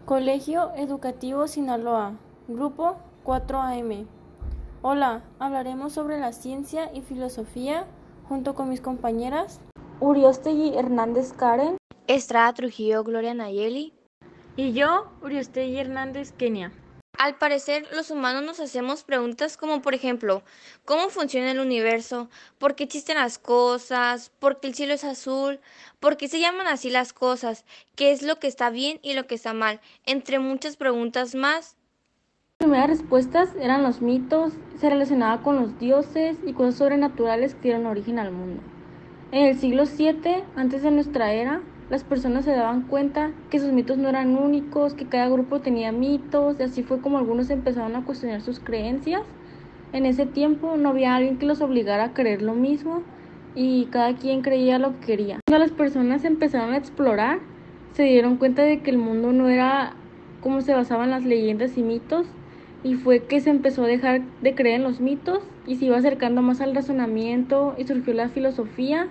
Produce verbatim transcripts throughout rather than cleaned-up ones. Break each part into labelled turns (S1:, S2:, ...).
S1: Colegio Educativo Sinaloa, Grupo cuatro A M. Hola, hablaremos sobre la ciencia y filosofía junto con mis compañeras
S2: Uriostegui Hernández Karen,
S3: Estrada Trujillo Gloria Nayeli.
S1: Y yo, Uriostegui Hernández Kenia.
S3: Al parecer, los humanos nos hacemos preguntas como, por ejemplo, ¿cómo funciona el universo? ¿Por qué existen las cosas? ¿Por qué el cielo es azul? ¿Por qué se llaman así las cosas? ¿Qué es lo que está bien y lo que está mal? Entre muchas preguntas más.
S2: las primeras respuestas eran los mitos, se relacionaba con los dioses y cosas sobrenaturales que dieron origen al mundo. En el siglo siete, antes de nuestra era, las personas se daban cuenta que sus mitos no eran únicos, que cada grupo tenía mitos, y así fue como algunos empezaron a cuestionar sus creencias. En ese tiempo no había alguien que los obligara a creer lo mismo y cada quien creía lo que quería. Cuando las personas empezaron a explorar, se dieron cuenta de que el mundo no era como se basaban las leyendas y mitos, y fue que se empezó a dejar de creer en los mitos y se iba acercando más al razonamiento y surgió la filosofía,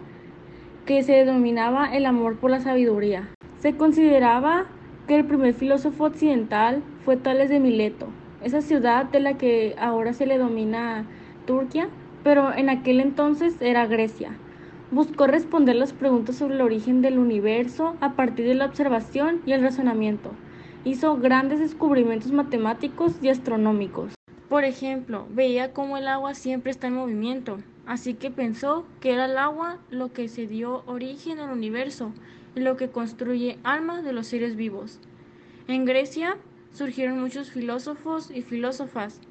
S2: que se denominaba el amor por la sabiduría. Se consideraba que el primer filósofo occidental fue Tales de Mileto, esa ciudad de la que ahora se le denomina Turquía, pero en aquel entonces era Grecia. Buscó responder las preguntas sobre el origen del universo a partir de la observación y el razonamiento. Hizo grandes descubrimientos matemáticos y astronómicos.
S1: Por ejemplo, veía cómo el agua siempre está en movimiento, así que pensó que era el agua lo que se dio origen al universo y lo que construye alma de los seres vivos. En Grecia surgieron muchos filósofos y filósofas,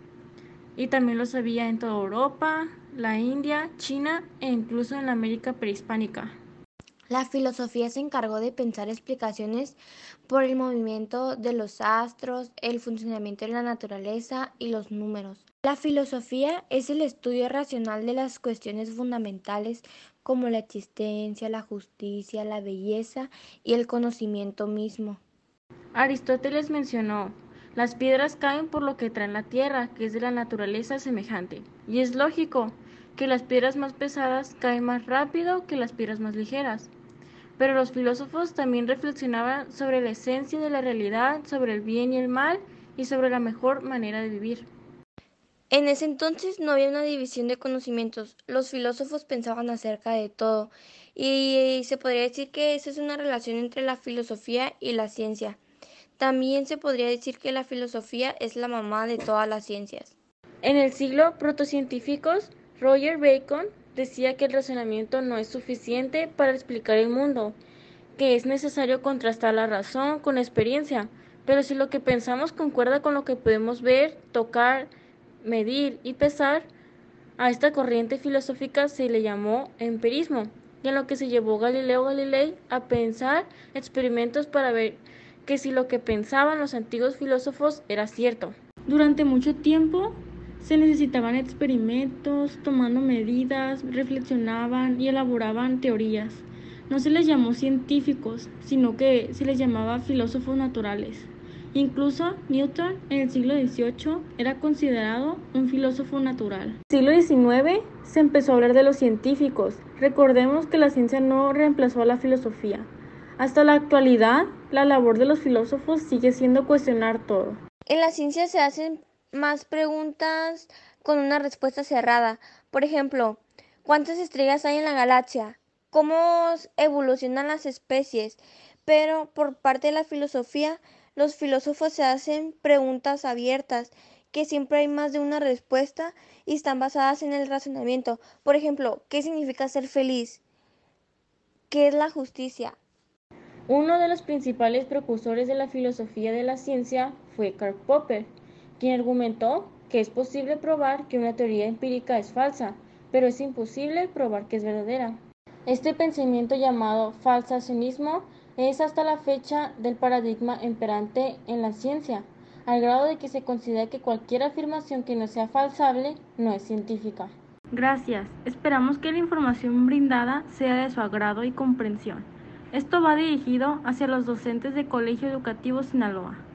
S1: y también los había en toda Europa, la India, China e incluso en la América prehispánica.
S3: La filosofía se encargó de pensar explicaciones por el movimiento de los astros, el funcionamiento de la naturaleza y los números. La filosofía es el estudio racional de las cuestiones fundamentales como la existencia, la justicia, la belleza y el conocimiento mismo.
S1: Aristóteles mencionó: las piedras caen por lo que traen la tierra, que es de la naturaleza semejante. Y es lógico que las piedras más pesadas caen más rápido que las piedras más ligeras. Pero los filósofos también reflexionaban sobre la esencia de la realidad, sobre el bien y el mal y sobre la mejor manera de vivir.
S3: En ese entonces no había una división de conocimientos, los filósofos pensaban acerca de todo, y se podría decir que esa es una relación entre la filosofía y la ciencia. También se podría decir que la filosofía es la mamá de todas las ciencias.
S1: En el siglo protocientíficos, Roger Bacon decía que el razonamiento no es suficiente para explicar el mundo, que es necesario contrastar la razón con la experiencia, pero si lo que pensamos concuerda con lo que podemos ver, tocar, medir y pesar, a esta corriente filosófica se le llamó empirismo, y en lo que se llevó Galileo Galilei a pensar experimentos para ver que si lo que pensaban los antiguos filósofos era cierto.
S2: Durante mucho tiempo se necesitaban experimentos, tomando medidas, reflexionaban y elaboraban teorías. No se les llamó científicos, sino que se les llamaba filósofos naturales. Incluso Newton en el siglo dieciocho era considerado un filósofo natural. En el siglo diecinueve se empezó a hablar de los científicos. Recordemos que la ciencia no reemplazó a la filosofía. Hasta la actualidad, la labor de los filósofos sigue siendo cuestionar todo.
S3: En la ciencia se hacen más preguntas con una respuesta cerrada. Por ejemplo, ¿cuántas estrellas hay en la galaxia? ¿Cómo evolucionan las especies? Pero por parte de la filosofía, los filósofos se hacen preguntas abiertas, que siempre hay más de una respuesta y están basadas en el razonamiento. Por ejemplo, ¿qué significa ser feliz? ¿Qué es la justicia?
S1: Uno de los principales precursores de la filosofía de la ciencia fue Karl Popper, quien argumentó que es posible probar que una teoría empírica es falsa, pero es imposible probar que es verdadera. Este pensamiento llamado falsacionismo es hasta la fecha del paradigma imperante en la ciencia, al grado de que se considera que cualquier afirmación que no sea falsable no es científica.
S2: Gracias. Esperamos que la información brindada sea de su agrado y comprensión. Esto va dirigido hacia los docentes de Colegio Educativo Sinaloa.